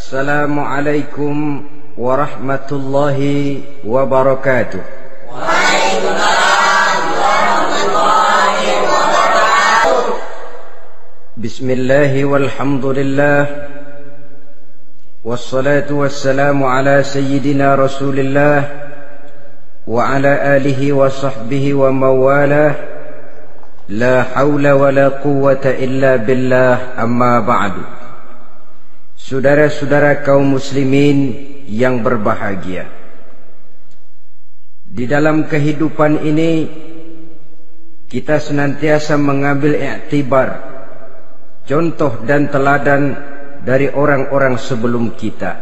Assalamualaikum warahmatullahi wabarakatuh. Waalaikumsalam warahmatullahi wabarakatuh. Bismillah walhamdulillah wassalatu wassalamu ala sayyidina Rasulillah wa ala alihi wa sahbihi wa mawalah. La hawla wa la quwwata illa billah, amma ba'du. Saudara-saudara kaum muslimin yang berbahagia, di dalam kehidupan ini kita senantiasa mengambil iktibar, contoh dan teladan dari orang-orang sebelum kita.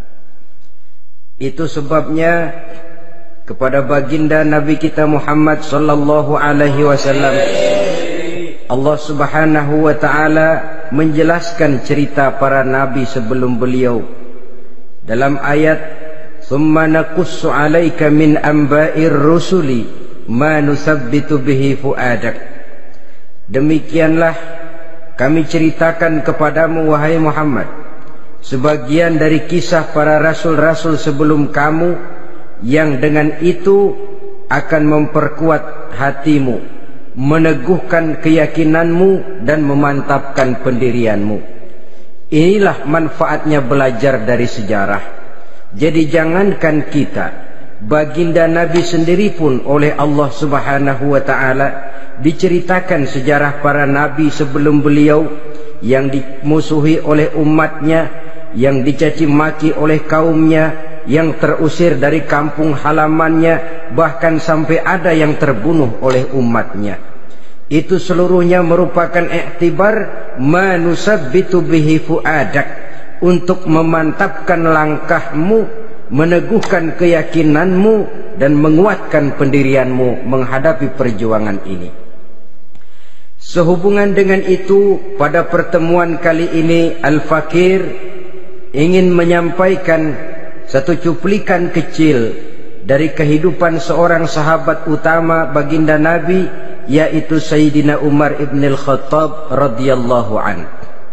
Itu sebabnya kepada baginda Nabi kita Muhammad sallallahu alaihi wasallam Allah Subhanahu wa taala menjelaskan cerita para nabi sebelum beliau dalam ayat "Tsumma naqussu 'alaika min amba'ir rusuli ma nusabbitu bihi fu'adak." Demikianlah kami ceritakan kepadamu wahai Muhammad sebagian dari kisah para rasul-rasul sebelum kamu yang dengan itu akan memperkuat hatimu, meneguhkan keyakinanmu dan memantapkan pendirianmu. Inilah manfaatnya belajar dari sejarah. Jadi jangankan kita, baginda Nabi sendiri pun oleh Allah Subhanahu wa taala diceritakan sejarah para nabi sebelum beliau yang dimusuhi oleh umatnya, yang dicaci maki oleh kaumnya, yang terusir dari kampung halamannya, bahkan sampai ada yang terbunuh oleh umatnya. Itu seluruhnya merupakan iktibar manusabbitu bihi fu'adak, untuk memantapkan langkahmu, meneguhkan keyakinanmu dan menguatkan pendirianmu menghadapi perjuangan ini. Sehubungan dengan itu, pada pertemuan kali ini Al-Fakir ingin menyampaikan satu cuplikan kecil dari kehidupan seorang sahabat utama baginda Nabi, yaitu Sayyidina Umar ibn al-Khattab radhiyallahu an.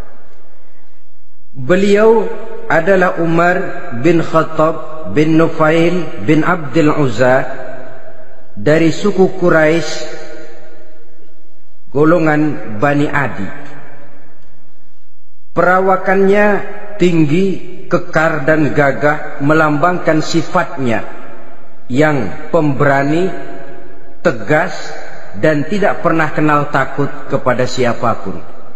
Beliau adalah Umar bin Khattab bin Nufail bin Abdul Uzza dari suku Quraisy, golongan Bani Adi. Perawakannya tinggi, kekar dan gagah, melambangkan sifatnya yang pemberani, tegas dan tidak pernah kenal takut kepada siapapun.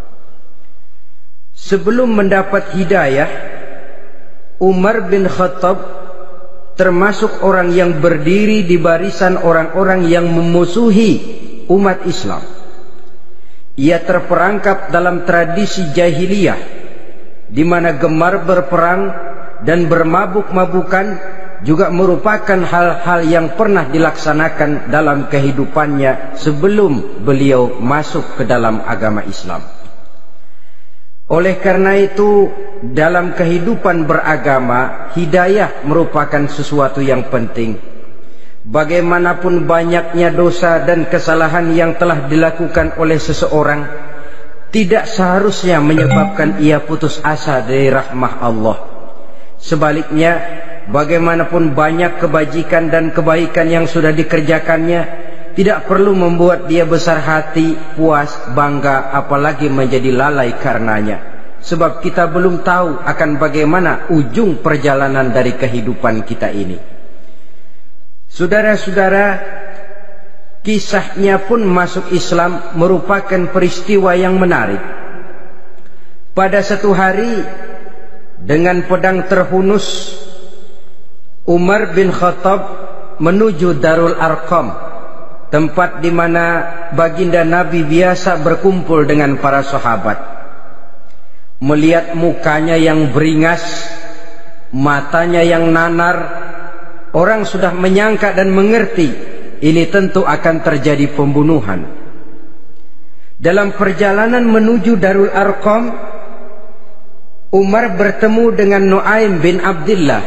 Sebelum mendapat hidayah, Umar bin Khattab termasuk orang yang berdiri di barisan orang-orang yang memusuhi umat Islam. Ia terperangkap dalam tradisi jahiliyah, di mana gemar berperang dan bermabuk-mabukan juga merupakan hal-hal yang pernah dilaksanakan dalam kehidupannya sebelum beliau masuk ke dalam agama Islam. Oleh karena itu, dalam kehidupan beragama, hidayah merupakan sesuatu yang penting. Bagaimanapun banyaknya dosa dan kesalahan yang telah dilakukan oleh seseorang, tidak seharusnya menyebabkan ia putus asa dari rahmah Allah. Sebaliknya, bagaimanapun banyak kebajikan dan kebaikan yang sudah dikerjakannya, tidak perlu membuat dia besar hati, puas, bangga, apalagi menjadi lalai karenanya. Sebab kita belum tahu akan bagaimana ujung perjalanan dari kehidupan kita ini. Saudara-saudara, kisahnya pun masuk Islam merupakan peristiwa yang menarik. Pada satu hari, dengan pedang terhunus, Umar bin Khattab menuju Darul Arqam, tempat di mana baginda Nabi biasa berkumpul dengan para sahabat. Melihat mukanya yang beringas, matanya yang nanar, orang sudah menyangka dan mengerti ini tentu akan terjadi pembunuhan. Dalam perjalanan menuju Darul Arqam, Umar bertemu dengan Nuaim bin Abdullah.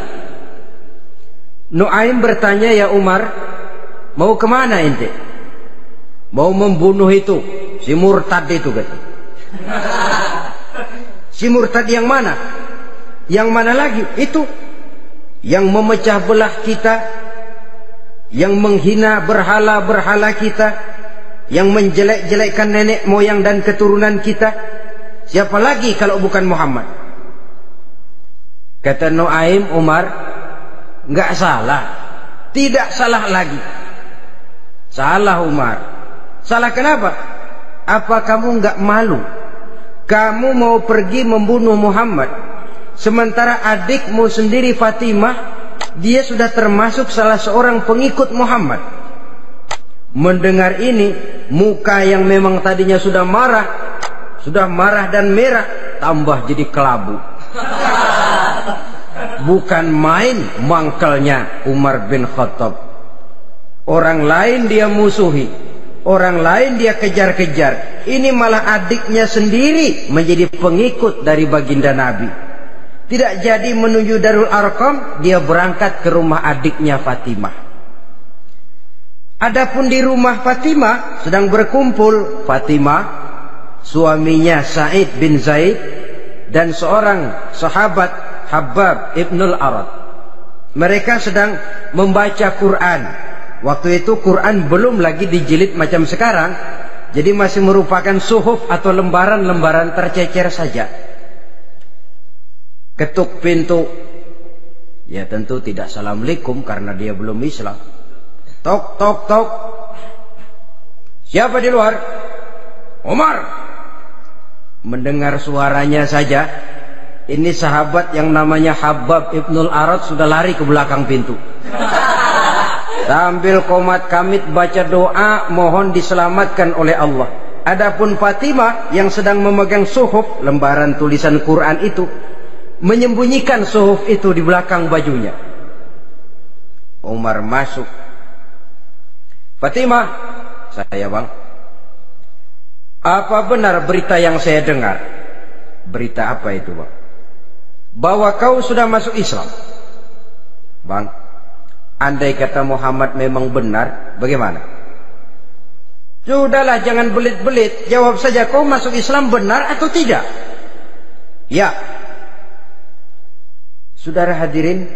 Nuaim bertanya, "Ya Umar, mau kemana ente?" "Mau membunuh itu, si murtad itu," kata. "Si murtad yang mana?" Yang mana lagi? Itu yang memecah belah kita, yang menghina berhala-berhala kita, yang menjelek-jelekkan nenek moyang dan keturunan kita. Siapa lagi kalau bukan Muhammad? Kata Nuaim Umar, enggak salah. Tidak salah lagi. Salah Umar. Salah kenapa? Apa kamu enggak malu? Kamu mau pergi membunuh Muhammad, sementara adikmu sendiri Fatimah, dia sudah termasuk salah seorang pengikut Muhammad. Mendengar ini, muka yang memang tadinya sudah marah dan merah, tambah jadi kelabu. Bukan main mangkelnya Umar bin Khattab. Orang lain dia musuhi, orang lain dia kejar-kejar. Ini malah adiknya sendiri menjadi pengikut dari baginda Nabi. Tidak jadi menuju Darul Arqam, dia berangkat ke rumah adiknya Fatimah. Adapun di rumah Fatimah sedang berkumpul Fatimah, suaminya Sa'id bin Zaid, dan seorang sahabat Habbab ibnul Arad. Mereka sedang membaca Quran. Waktu itu Quran belum lagi dijilid macam sekarang, jadi masih merupakan suhuf atau lembaran-lembaran tercecer saja. Ketuk pintu. Ya tentu tidak assalamualaikum karena dia belum Islam. Tok tok tok. Siapa di luar? Umar. Mendengar suaranya saja, ini sahabat yang namanya Habbab ibnul Arad sudah lari ke belakang pintu. Sambil komat kamit baca doa mohon diselamatkan oleh Allah. Adapun Fatimah yang sedang memegang suhuf, lembaran tulisan Quran itu, menyembunyikan suhuf itu di belakang bajunya. Umar masuk. Fatimah, saya bang. Apa benar berita yang saya dengar? Berita apa itu bang? Bahwa kau sudah masuk Islam. Bang, andai kata Muhammad memang benar, bagaimana? Sudahlah, jangan belit-belit. Jawab saja, kau masuk Islam benar atau tidak? Ya. Saudara hadirin,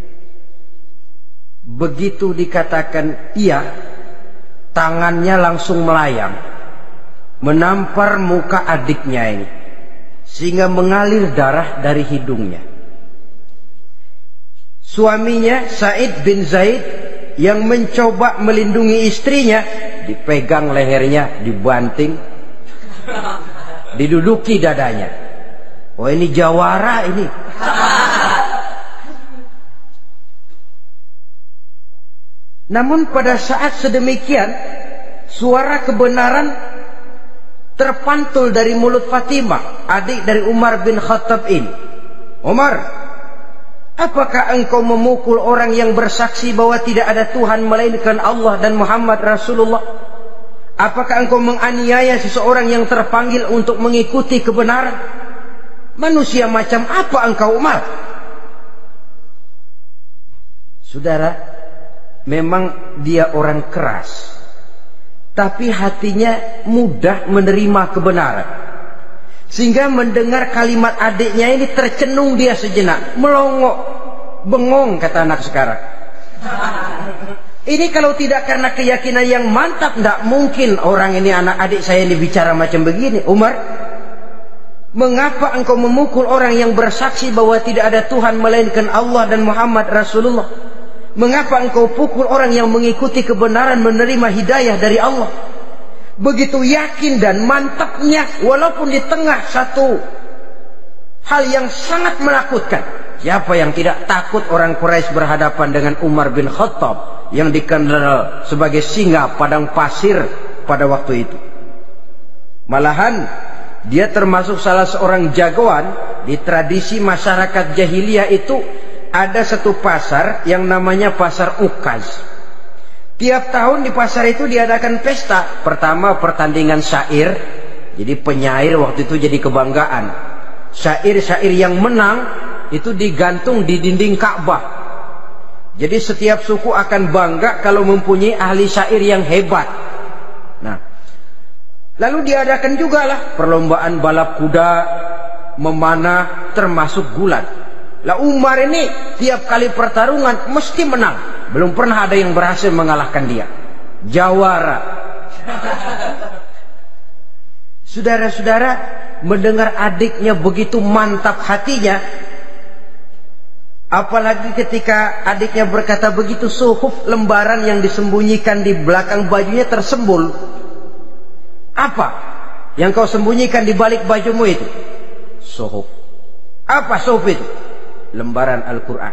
begitu dikatakan iya, tangannya langsung melayang, menampar muka adiknya ini, sehingga mengalir darah dari hidungnya. Suaminya Sa'id bin Zaid yang mencoba melindungi istrinya, dipegang lehernya, dibanting, diduduki dadanya. Oh ini jawara ini. Namun pada saat sedemikian, suara kebenaran terpantul dari mulut Fatimah, adik dari Umar bin Khattab ini. Umar, apakah engkau memukul orang yang bersaksi bahwa tidak ada Tuhan melainkan Allah dan Muhammad Rasulullah? Apakah engkau menganiaya seseorang yang terpanggil untuk mengikuti kebenaran? Manusia macam apa engkau, Umar? Saudara, memang dia orang keras, tapi hatinya mudah menerima kebenaran. Sehingga mendengar kalimat adiknya ini tercenung dia sejenak, melongo, bengong kata anak sekarang. Ini kalau tidak karena keyakinan yang mantap, tidak mungkin orang ini, anak adik saya ini bicara macam begini. Umar, mengapa engkau memukul orang yang bersaksi bahwa tidak ada Tuhan melainkan Allah dan Muhammad Rasulullah? Mengapa engkau pukul orang yang mengikuti kebenaran, menerima hidayah dari Allah? Begitu yakin dan mantapnya, walaupun di tengah satu hal yang sangat menakutkan. Siapa yang tidak takut orang Quraisy berhadapan dengan Umar bin Khattab yang dikenal sebagai singa padang pasir pada waktu itu? Malahan dia termasuk salah seorang jagoan. Di tradisi masyarakat jahiliyah itu ada satu pasar yang namanya pasar Ukaz. Tiap tahun di pasar itu diadakan pesta. Pertama pertandingan syair. Jadi penyair waktu itu jadi kebanggaan. Syair-syair yang menang itu digantung di dinding Ka'bah. Jadi setiap suku akan bangga kalau mempunyai ahli syair yang hebat. Nah, lalu diadakan juga lah perlombaan balap kuda, memanah, termasuk gulat. Lah Umar ini tiap kali pertarungan mesti menang. Belum pernah ada yang berhasil mengalahkan dia. Jawara. Saudara-saudara, mendengar adiknya begitu mantap hatinya, apalagi ketika adiknya berkata begitu, suhuf, lembaran yang disembunyikan di belakang bajunya tersembul. Apa yang kau sembunyikan di balik bajumu itu? Suhuf. Apa suhuf itu? Lembaran Al-Quran.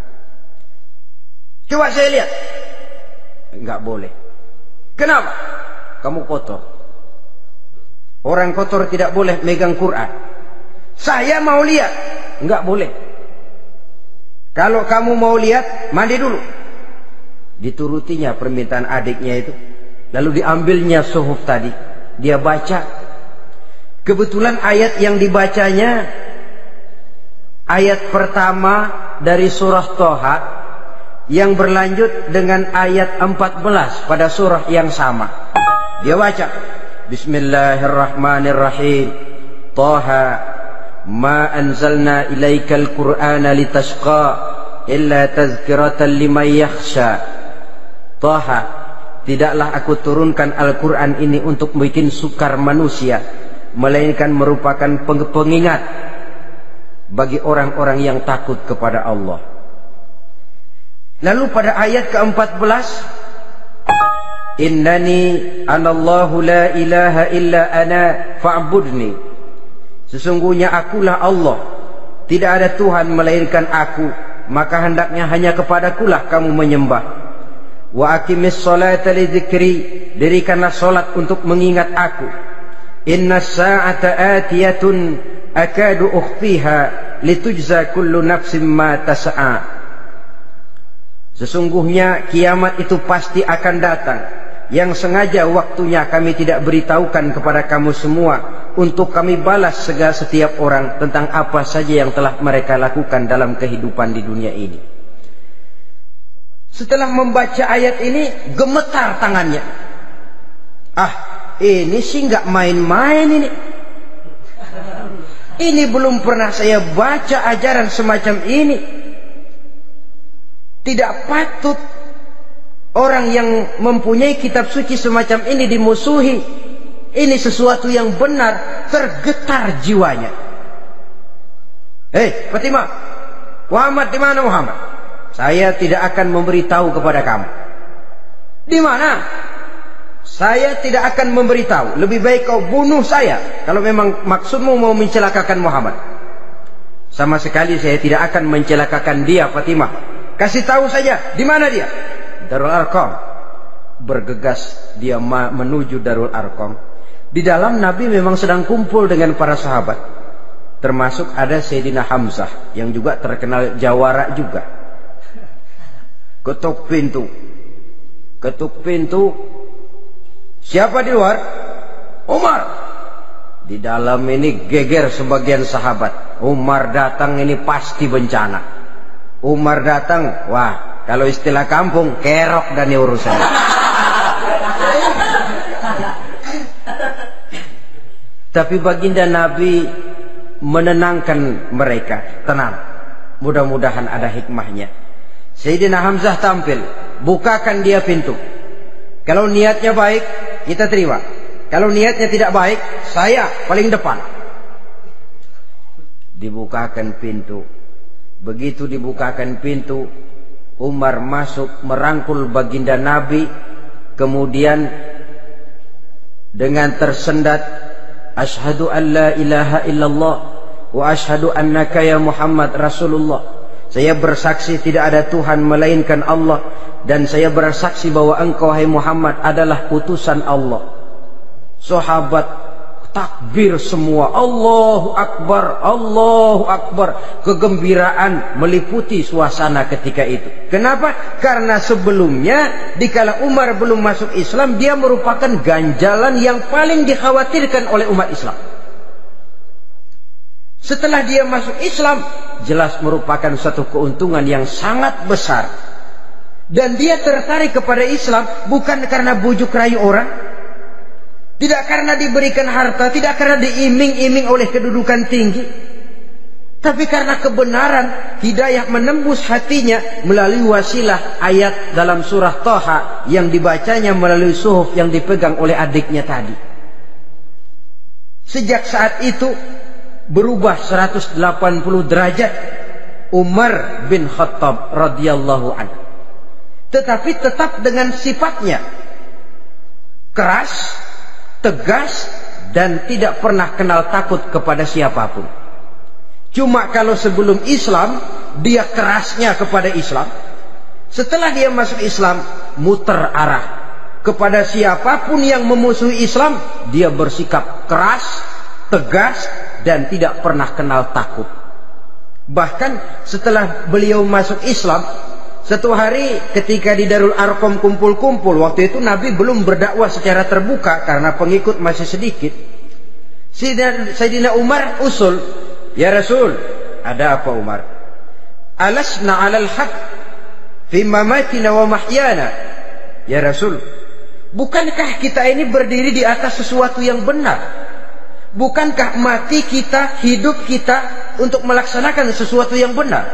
Coba saya lihat. Enggak boleh. Kenapa? Kamu kotor. Orang kotor tidak boleh megang Quran. Saya mau lihat. Enggak boleh. Kalau kamu mau lihat, mandi dulu. Diturutinya permintaan adiknya itu. Lalu diambilnya suhuf tadi. Dia baca. Kebetulan ayat yang dibacanya ayat pertama dari surah Toha yang berlanjut dengan ayat 14 pada surah yang sama. Dia baca, Bismillahirrahmanirrahim. Toha ma anzalna ilaikal Qur'ana litashqa illa tazkiratan liman yakhsha. Toha, tidaklah aku turunkan Al-Quran ini untuk bikin sukar manusia, melainkan merupakan pengingat bagi orang-orang yang takut kepada Allah. Lalu pada ayat ke-14, Innani anallahu la ilaha illa ana fa'budni. Sesungguhnya akulah Allah, tidak ada Tuhan melainkan aku, maka hendaknya hanya kepadakulah kamu menyembah. Wa aqimis salata li dzikri, dirikanlah salat untuk mengingat aku. Inna sa'ata atiyatun akadu ukhfiha litujza kullu nafsin ma tas'a. Sesungguhnya kiamat itu pasti akan datang, yang sengaja waktunya kami tidak beritahukan kepada kamu semua, untuk kami balas segala setiap orang tentang apa saja yang telah mereka lakukan dalam kehidupan di dunia ini. Setelah membaca ayat ini, gemetar tangannya. Ah, ini sih nggak main-main ini. Ini belum pernah saya baca ajaran semacam ini. Tidak patut orang yang mempunyai kitab suci semacam ini dimusuhi. Ini sesuatu yang benar. Tergetar jiwanya. Hei Fatimah, Muhammad di mana Muhammad? Saya tidak akan memberitahu kepada kamu. Di mana? Saya tidak akan memberitahu. Lebih baik kau bunuh saya kalau memang maksudmu mau mencelakakan Muhammad. Sama sekali saya tidak akan mencelakakan dia, Fatimah. Kasih tahu saja, di mana dia? Darul Arqam. Bergegas dia menuju Darul Arqam. Di dalam Nabi memang sedang kumpul dengan para sahabat. Termasuk ada Sayyidina Hamzah yang juga terkenal jawara juga. Ketuk pintu. Ketuk pintu. Siapa di luar? Umar. Di dalam ini geger sebagian sahabat. Umar datang ini pasti bencana. Umar datang, wah, kalau istilah kampung, kerok dan urusan. Tapi baginda Nabi menenangkan mereka. Tenang, mudah-mudahan ada hikmahnya. Sayyidina Hamzah tampil, bukakan dia pintu. Kalau niatnya baik, kita terima. Kalau niatnya tidak baik, saya paling depan. Dibukakan pintu. Begitu dibukakan pintu, Umar masuk merangkul baginda Nabi. Kemudian dengan tersendat, Ashhadu an la ilaha illallah wa ashhadu annaka ya Muhammad Rasulullah. Saya bersaksi tidak ada Tuhan melainkan Allah, dan saya bersaksi bahwa engkau hai Muhammad adalah utusan Allah. Sahabat takbir semua, Allahu Akbar, Allahu Akbar. Kegembiraan meliputi suasana ketika itu. Kenapa? Karena sebelumnya dikala Umar belum masuk Islam, dia merupakan ganjalan yang paling dikhawatirkan oleh umat Islam. Setelah dia masuk Islam, jelas merupakan satu keuntungan yang sangat besar. Dan dia tertarik kepada Islam bukan karena bujuk rayu orang, tidak karena diberikan harta, tidak karena diiming-iming oleh kedudukan tinggi, Tapi karena kebenaran, hidayah menembus hatinya melalui wasilah ayat dalam surah Thaha yang dibacanya melalui suhuf yang dipegang oleh adiknya tadi. Sejak saat itu berubah 180 derajat Umar bin Khattab radhiyallahu anhu. Tetapi tetap dengan sifatnya keras, tegas, dan tidak pernah kenal takut kepada siapapun. Cuma kalau sebelum Islam, dia kerasnya kepada Islam. Setelah dia masuk Islam, muter arah. Kepada siapapun yang memusuhi Islam, dia bersikap keras, tegas, dan tidak pernah kenal takut. Bahkan setelah beliau masuk Islam, satu hari ketika di Darul Arqam kumpul-kumpul, waktu itu Nabi belum berdakwah secara terbuka karena pengikut masih sedikit. Sayyidina Umar usul, "Ya Rasul, ada apa Umar? Alasna 'alal haq fi mamatina wa mahyana?" Ya Rasul, bukankah kita ini berdiri di atas sesuatu yang benar? Bukankah mati kita, hidup kita untuk melaksanakan sesuatu yang benar?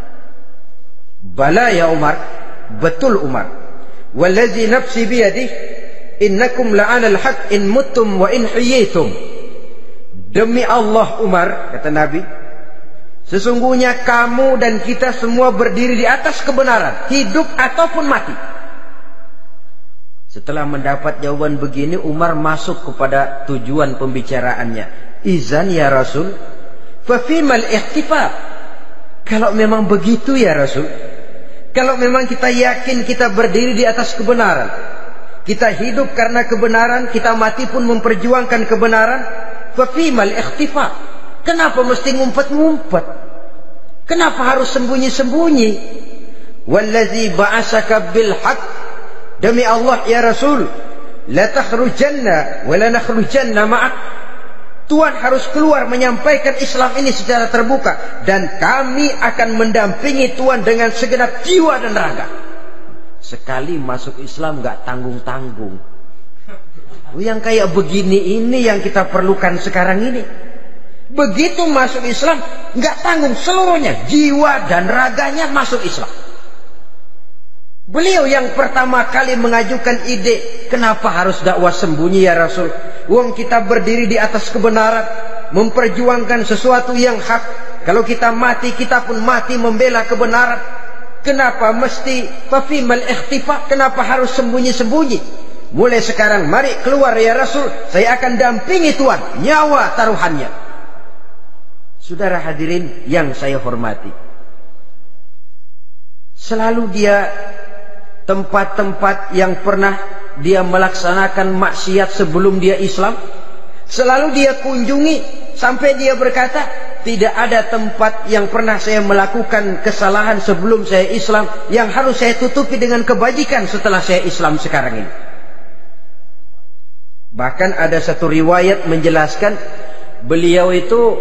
Bala ya Umar, betul Umar. Wallazi nafsi biyadihi innakum la'alal haq in muttum wa in hiyitum. Demi Allah Umar, kata Nabi, sesungguhnya kamu dan kita semua berdiri di atas kebenaran, hidup ataupun mati. Setelah mendapat jawaban begini, Umar masuk kepada tujuan pembicaraannya. Izan ya Rasul, fafimal ihtifal. Kalau memang begitu ya Rasul, kalau memang kita yakin kita berdiri di atas kebenaran, kita hidup karena kebenaran, kita mati pun memperjuangkan kebenaran, fafimal ihtifal. Kenapa mesti ngumpet-ngumpet? Kenapa harus sembunyi-sembunyi? Wallazi ba'asaka bil haqq, demi Allah ya Rasul, la takhrujanna wa la nakhrujanna ma'ak. Tuhan harus keluar menyampaikan Islam ini secara terbuka, dan kami akan mendampingi Tuhan dengan segenap jiwa dan raga. Sekali masuk Islam gak tanggung-tanggung. Yang kayak begini ini yang kita perlukan sekarang ini. Begitu masuk Islam gak tanggung seluruhnya, jiwa dan raganya masuk Islam. Beliau yang pertama kali mengajukan ide, kenapa harus dakwah sembunyi ya Rasul? Wong kita berdiri di atas kebenaran, memperjuangkan sesuatu yang hak. Kalau kita mati, kita pun mati membela kebenaran. Kenapa mesti fafimal ikhtifa? Kenapa harus sembunyi-sembunyi? Mulai sekarang mari keluar ya Rasul, saya akan dampingi Tuhan, nyawa taruhannya. Saudara hadirin yang saya hormati, selalu dia tempat-tempat yang pernah dia melaksanakan maksiat sebelum dia Islam, selalu dia kunjungi, sampai dia berkata, tidak ada tempat yang pernah saya melakukan kesalahan sebelum saya Islam yang harus saya tutupi dengan kebajikan setelah saya Islam sekarang ini. Bahkan ada satu riwayat menjelaskan beliau itu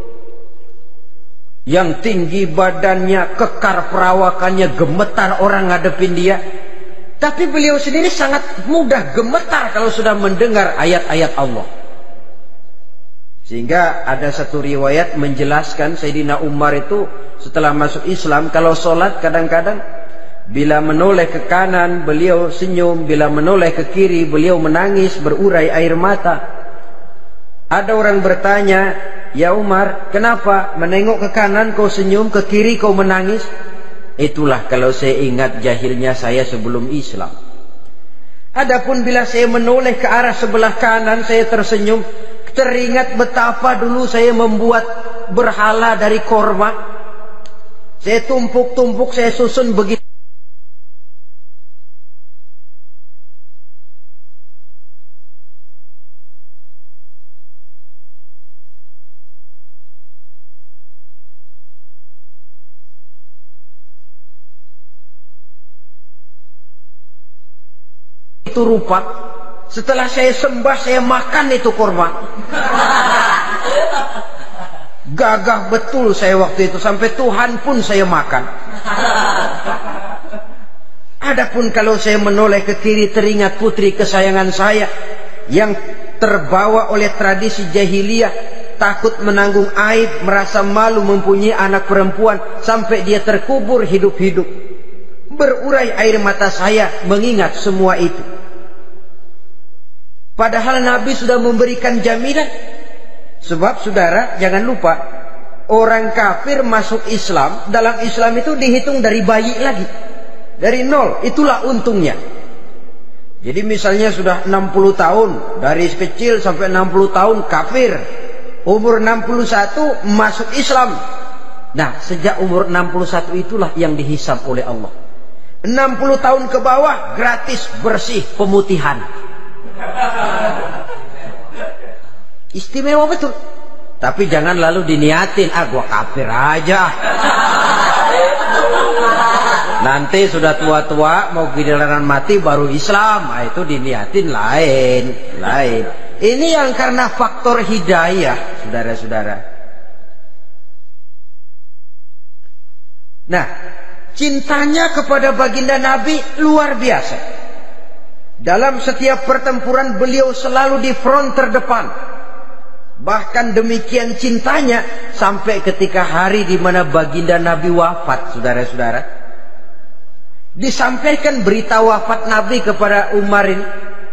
yang tinggi badannya, kekar perawakannya, gemetar orang ngadepin dia. Tapi beliau sendiri sangat mudah gemetar kalau sudah mendengar ayat-ayat Allah. Sehingga ada satu riwayat menjelaskan Sayyidina Umar itu setelah masuk Islam, kalau sholat kadang-kadang bila menoleh ke kanan beliau senyum, bila menoleh ke kiri beliau menangis berurai air mata. Ada orang bertanya, ya Umar, kenapa menengok ke kanan kau senyum, ke kiri kau menangis? Itulah kalau saya ingat jahilnya saya sebelum Islam. Adapun bila saya menoleh ke arah sebelah kanan saya tersenyum, teringat betapa dulu saya membuat berhala dari korma. Saya tumpuk-tumpuk, saya susun begitu. Itu rupa. Setelah saya sembah, saya makan itu korma. Gagah betul saya waktu itu, sampai Tuhan pun saya makan. Adapun kalau saya menoleh ke kiri, teringat putri kesayangan saya yang terbawa oleh tradisi jahiliyah, takut menanggung aib, merasa malu mempunyai anak perempuan, sampai dia terkubur hidup-hidup. Berurai air mata saya mengingat semua itu. Padahal Nabi sudah memberikan jaminan. Sebab saudara jangan lupa, orang kafir masuk Islam, dalam Islam itu dihitung dari bayi lagi, dari nol. Itulah untungnya. Jadi misalnya sudah 60 tahun, dari kecil sampai 60 tahun kafir, umur 61 masuk Islam. Nah, sejak umur 61 itulah yang dihisab oleh Allah. 60 tahun ke bawah gratis bersih pemutihan. Istimewa betul. Tapi jangan lalu diniatin, gua kafir aja. Nanti sudah tua-tua mau giliran mati baru Islam. Nah, itu diniatin lain. Ini yang karena faktor hidayah, saudara-saudara. Nah, cintanya kepada baginda Nabi luar biasa. Dalam setiap pertempuran beliau selalu di front terdepan. Bahkan demikian cintanya sampai ketika hari di mana baginda Nabi wafat, saudara-saudara. Disampaikan berita wafat Nabi kepada Umar ini.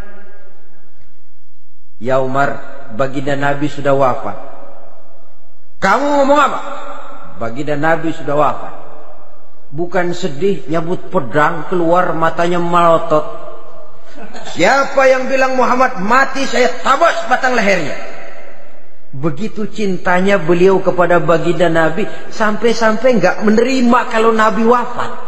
Ya Umar, baginda Nabi sudah wafat. Kamu ngomong apa? Baginda Nabi sudah wafat. Bukan sedih, nyabut pedang, keluar matanya melotot. Siapa yang bilang Muhammad mati, saya tabas batang lehernya. Begitu cintanya beliau kepada baginda Nabi, sampai-sampai nggak menerima kalau Nabi wafat.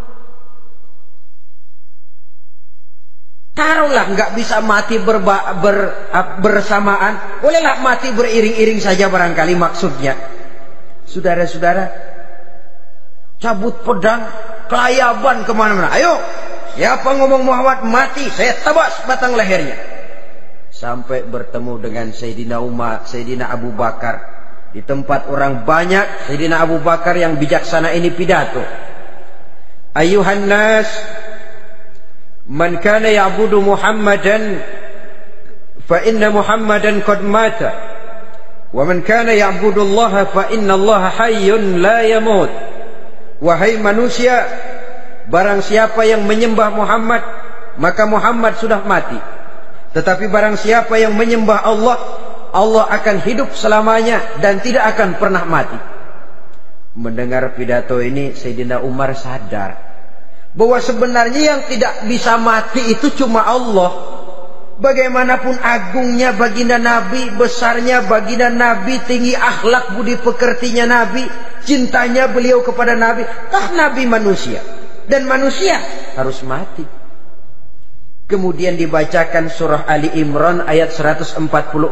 Taruhlah nggak bisa mati bersamaan, bolehlah mati beriring-iring saja barangkali maksudnya. Saudara-saudara, cabut pedang, kelayaban kemana-mana. Ayo, siapa ngomong Muhammad mati, saya tabas batang lehernya. Sampai bertemu dengan Sayyidina Umar, Sayyidina Abu Bakar. Di tempat orang banyak, Sayyidina Abu Bakar yang bijaksana ini pidato. Ayuhan nas, man kana ya'budu Muhammadan fa inna Muhammadan qad mata wa man kana ya'budu Allah fa inna Allah hayyun la yamut. Wahai manusia, barang siapa yang menyembah Muhammad, maka Muhammad sudah mati. Tetapi barang siapa yang menyembah Allah, Allah akan hidup selamanya dan tidak akan pernah mati. Mendengar pidato ini, Sayyidina Umar sadar bahwa sebenarnya yang tidak bisa mati itu cuma Allah. Bagaimanapun agungnya baginda Nabi, besarnya baginda Nabi, tinggi akhlak budi pekertinya Nabi, cintanya beliau kepada Nabi, toh Nabi manusia dan manusia harus mati. Kemudian dibacakan surah Ali Imran ayat 144.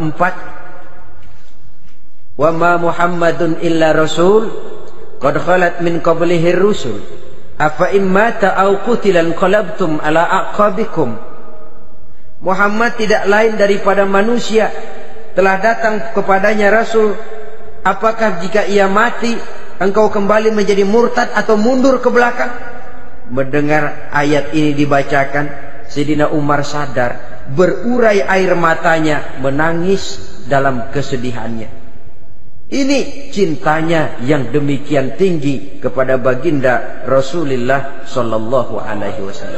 Wa ma Muhammadun illa rasul qad khalat min qablihi rusul afa immata aw qutilan qalabtum ala aqabikum. Muhammad tidak lain daripada manusia, telah datang kepadanya rasul. Apakah jika ia mati engkau kembali menjadi murtad atau mundur ke belakang? Mendengar ayat ini dibacakan, Sayyidina Umar sadar, berurai air matanya, menangis dalam kesedihannya. Ini cintanya yang demikian tinggi kepada baginda Rasulullah sallallahu alaihi wasallam.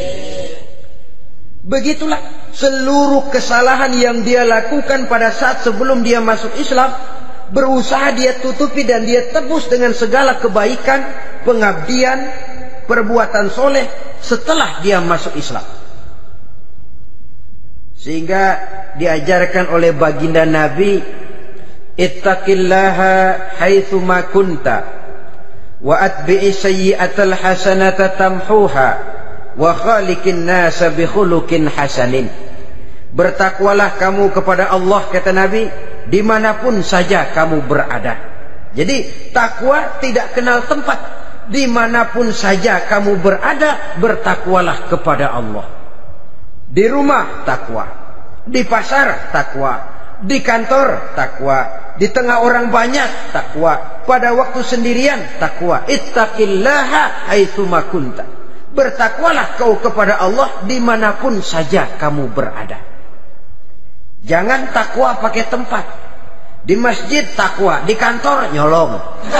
Begitulah seluruh kesalahan yang dia lakukan pada saat sebelum dia masuk Islam, berusaha dia tutupi dan dia tebus dengan segala kebaikan, pengabdian, perbuatan soleh setelah dia masuk Islam. Sehingga diajarkan oleh baginda Nabi, ittaqillaha haitsu ma kunta wa atbi'i sayyi'atal hasanata tamhuha wa khaliqin nasa bi khuluqin hasanin. Bertakwalah kamu kepada Allah, kata Nabi, dimanapun saja kamu berada. Jadi takwa tidak kenal tempat. Dimanapun saja kamu berada, bertakwalah kepada Allah. Di rumah takwa, di pasar takwa, di kantor takwa, di tengah orang banyak takwa, pada waktu sendirian takwa. Ittaqillaha haitsu ma kunta. Bertakwalah kau kepada Allah dimanapun saja kamu berada. Jangan takwa pakai tempat. Di masjid takwa, di kantor nyolong.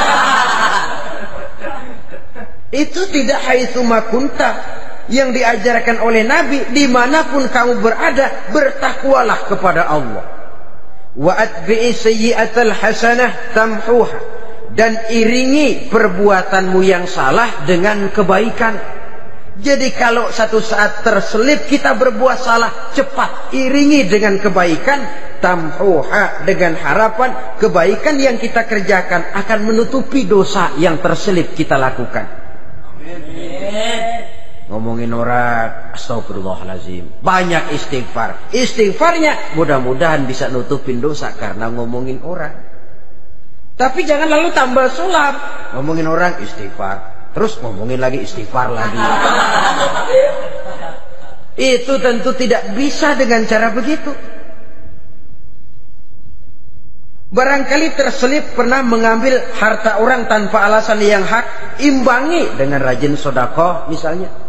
Itu tidak haitsu makunta. Yang diajarkan oleh Nabi, dimanapun kamu berada, bertakwalah kepada Allah. Wa atbi'i sayyi'atal hasanah tamhuha, dan iringi perbuatanmu yang salah dengan kebaikan. Jadi kalau satu saat terselip kita berbuat salah, cepat iringi dengan kebaikan, tamhuha, dengan harapan kebaikan yang kita kerjakan akan menutupi dosa yang terselip kita lakukan. Amin. Ngomongin orang, astagfirullahaladzim, banyak istighfar. Istighfarnya mudah-mudahan bisa nutupin dosa karena ngomongin orang. Tapi jangan lalu tambah sulap. Ngomongin orang istighfar, terus ngomongin lagi istighfar lagi. Itu tentu tidak bisa dengan cara begitu. Barangkali terselip pernah mengambil harta orang tanpa alasan yang hak, imbangi dengan rajin sedekah misalnya.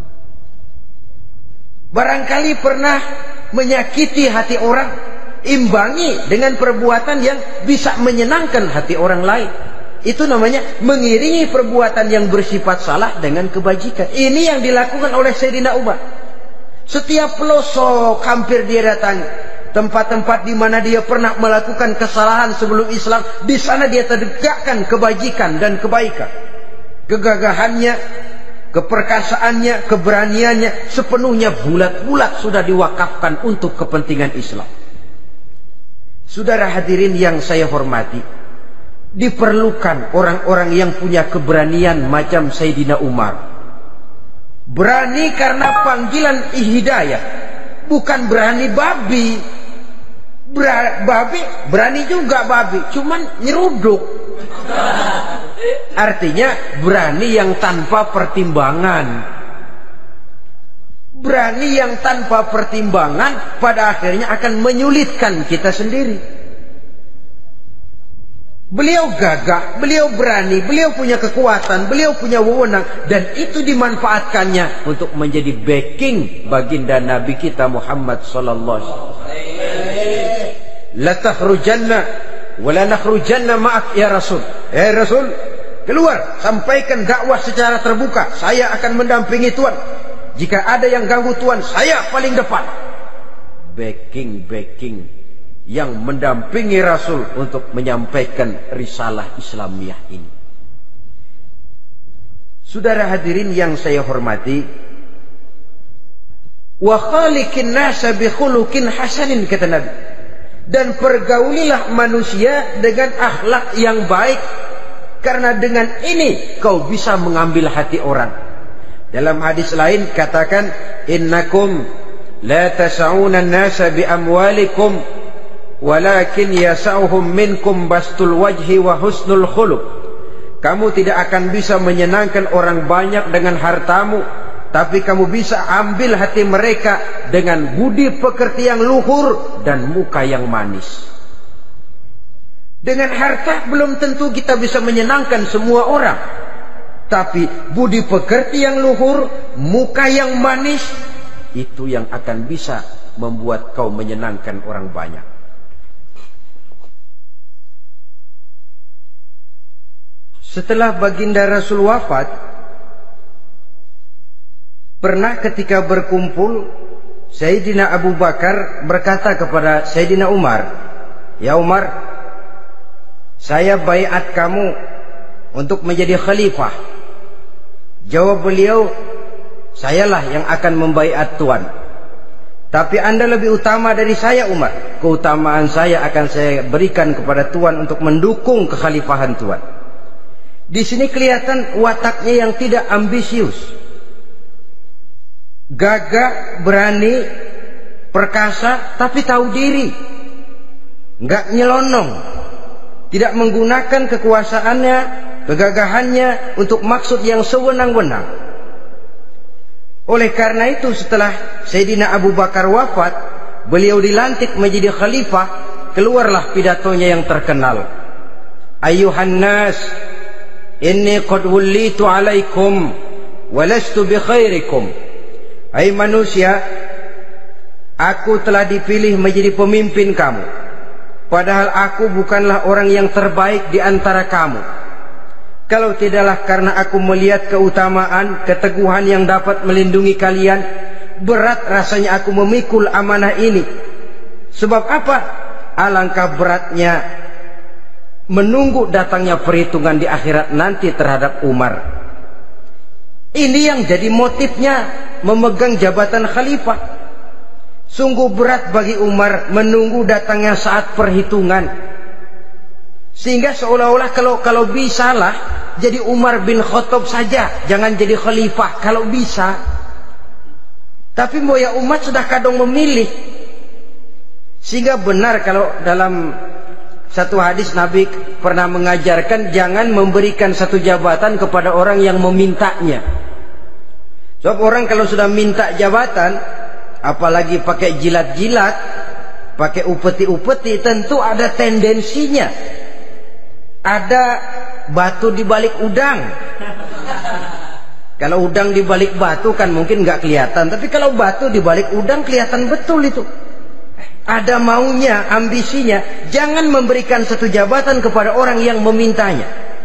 Barangkali pernah menyakiti hati orang, imbangi dengan perbuatan yang bisa menyenangkan hati orang lain. Itu namanya mengiringi perbuatan yang bersifat salah dengan kebajikan. Ini yang dilakukan oleh Sayyidina Umar. Setiap pelosok hampir dia datangi. Tempat-tempat di mana dia pernah melakukan kesalahan sebelum Islam, di sana dia tegakkan kebajikan dan kebaikan. Kegagahannya, keperkasaannya, keberaniannya sepenuhnya bulat-bulat sudah diwakafkan untuk kepentingan Islam. Saudara hadirin yang saya hormati, diperlukan orang-orang yang punya keberanian macam Sayyidina Umar. Berani karena panggilan hidayah, bukan berani babi. Babi berani juga babi, cuman nyeruduk. Artinya berani yang tanpa pertimbangan. Berani yang tanpa pertimbangan pada akhirnya akan menyulitkan kita sendiri. Beliau gagah, beliau berani, beliau punya kekuatan, beliau punya wewenang, dan itu dimanfaatkannya untuk menjadi backing baginda Nabi kita Muhammad sallallahu alaihi wasallam. La takhrujanna wa la nakhrujanna ma'ak ya Rasul. Ya Rasul, keluar, sampaikan dakwah secara terbuka. Saya akan mendampingi Tuhan. Jika ada yang ganggu Tuhan, saya paling depan. Backing yang mendampingi Rasul untuk menyampaikan risalah Islamiyah ini. Saudara hadirin yang saya hormati, wa khaliqin nasa bi khuluqin hasanin, kata Nabi. Dan pergaulilah manusia dengan akhlak yang baik, karena dengan ini kau bisa mengambil hati orang. Dalam hadis lain katakan, innakum la tas'una an-nasa bi amwalikum walakin yas'uhum minkum bastul wajhi wa husnul khuluq. Kamu tidak akan bisa menyenangkan orang banyak dengan hartamu, tapi kamu bisa ambil hati mereka dengan budi pekerti yang luhur dan muka yang manis. Dengan harta belum tentu kita bisa menyenangkan semua orang, tapi budi pekerti yang luhur, muka yang manis, itu yang akan bisa membuat kau menyenangkan orang banyak. Setelah baginda Rasul wafat, pernah ketika berkumpul, Sayyidina Abu Bakar berkata kepada Sayyidina Umar, "Ya Umar, saya baiat kamu untuk menjadi khalifah." Jawab beliau, "Sayalah yang akan membaiat Tuan. Tapi Anda lebih utama dari saya Umar. Keutamaan saya akan saya berikan kepada Tuan untuk mendukung kekhalifahan Tuan." Di sini kelihatan wataknya yang tidak ambisius. Gagah, berani, perkasa, tapi tahu diri. Enggak nyelonong. Tidak menggunakan kekuasaannya, kegagahannya untuk maksud yang sewenang-wenang. Oleh karena itu setelah Sayyidina Abu Bakar wafat, beliau dilantik menjadi khalifah, keluarlah pidatonya yang terkenal. Ayyuhan nas, inni qad wullitu alaikum walastu bi khairikum. Hai manusia, aku telah dipilih menjadi pemimpin kamu, padahal aku bukanlah orang yang terbaik di antara kamu. Kalau tidaklah karena aku melihat keutamaan, keteguhan yang dapat melindungi kalian, berat rasanya aku memikul amanah ini. Sebab apa? Alangkah beratnya menunggu datangnya perhitungan di akhirat nanti terhadap Umar. Ini yang jadi motifnya memegang jabatan khalifah. Sungguh berat bagi Umar menunggu datangnya saat perhitungan. Sehingga seolah-olah kalau bisalah jadi Umar bin Khattab saja, jangan jadi khalifah kalau bisa. Tapi moya umat sudah kadang memilih. Sehingga benar kalau dalam satu hadis Nabi pernah mengajarkan jangan memberikan satu jabatan kepada orang yang memintanya. Sebab orang kalau sudah minta jabatan, apalagi pakai jilat-jilat, pakai upeti-upeti, tentu ada tendensinya. Ada batu di balik udang. Kalau udang di balik batu kan mungkin nggak kelihatan, tapi kalau batu di balik udang kelihatan betul itu. Ada maunya, ambisinya. Jangan memberikan satu jabatan kepada orang yang memintanya.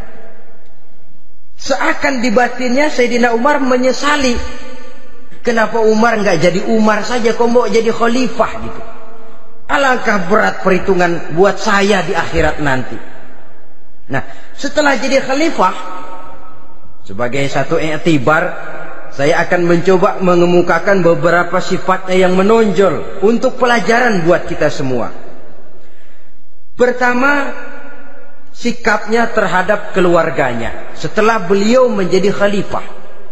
Seakan di batinnya Sayyidina Umar menyesali. Kenapa Umar nggak jadi Umar saja, kok mau jadi khalifah gitu? Alangkah berat perhitungan buat saya di akhirat nanti. Nah, setelah jadi khalifah, sebagai satu i'tibar, saya akan mencoba mengemukakan beberapa sifatnya yang menonjol untuk pelajaran buat kita semua. Pertama, sikapnya terhadap keluarganya setelah beliau menjadi khalifah.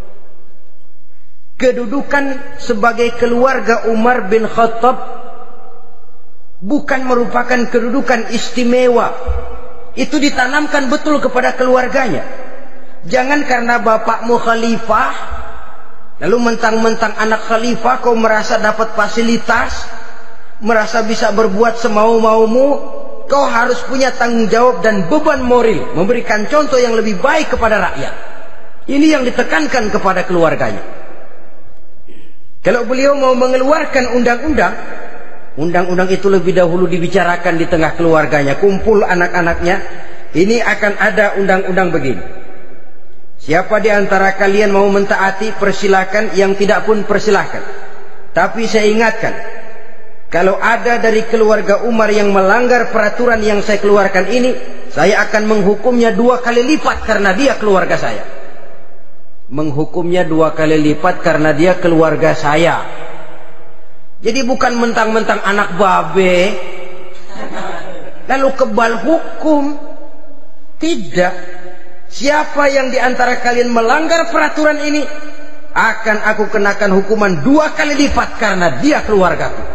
Kedudukan sebagai keluarga Umar bin Khattab bukan merupakan kedudukan istimewa. Itu ditanamkan betul kepada keluarganya. Jangan karena bapakmu khalifah, lalu mentang-mentang anak khalifah kau merasa dapat fasilitas, merasa bisa berbuat semau-maumu. Kau harus punya tanggung jawab dan beban moral, memberikan contoh yang lebih baik kepada rakyat. Ini yang ditekankan kepada keluarganya. Kalau beliau mau mengeluarkan undang-undang, undang-undang itu lebih dahulu dibicarakan di tengah keluarganya, kumpul anak-anaknya. Ini akan ada undang-undang begini. Siapa di antara kalian mau mentaati, persilakan. Yang tidak pun persilakan. Tapi saya ingatkan, kalau ada dari keluarga Umar yang melanggar peraturan yang saya keluarkan ini, saya akan menghukumnya 2 kali lipat karena dia keluarga saya. Menghukumnya 2 kali lipat karena dia keluarga saya. Jadi bukan mentang-mentang anak babe lalu kebal hukum. Tidak. Siapa yang di antara kalian melanggar peraturan ini, akan aku kenakan hukuman 2 kali lipat karena dia keluargaku.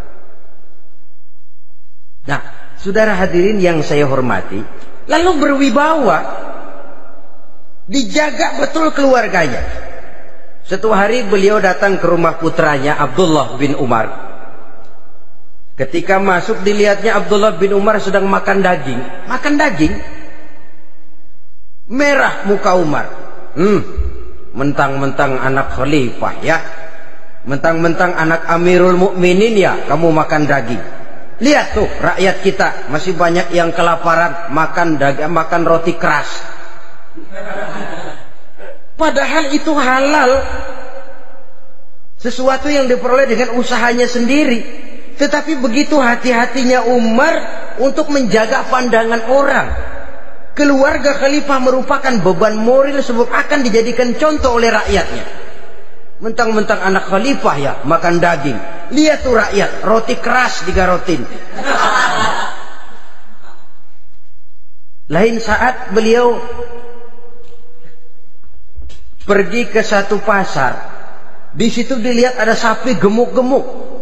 Nah, saudara hadirin yang saya hormati, lalu berwibawa, dijaga betul keluarganya. Suatu hari beliau datang ke rumah putranya Abdullah bin Umar. Ketika masuk dilihatnya Abdullah bin Umar sedang makan daging. Makan daging. Merah muka Umar. Mentang-mentang anak khalifah ya. Mentang-mentang anak Amirul Mukminin ya, kamu makan daging. Lihat tuh rakyat kita masih banyak yang kelaparan, makan daging, makan roti keras. Padahal itu halal. Sesuatu yang diperoleh dengan usahanya sendiri. Tetapi begitu hati-hatinya Umar untuk menjaga pandangan orang. Keluarga khalifah merupakan beban moral sebab akan dijadikan contoh oleh rakyatnya. Mentang-mentang anak khalifah ya makan daging. Lihat tuh rakyat, roti keras digarotin. Lain saat beliau pergi ke satu pasar. Di situ dilihat ada sapi gemuk-gemuk.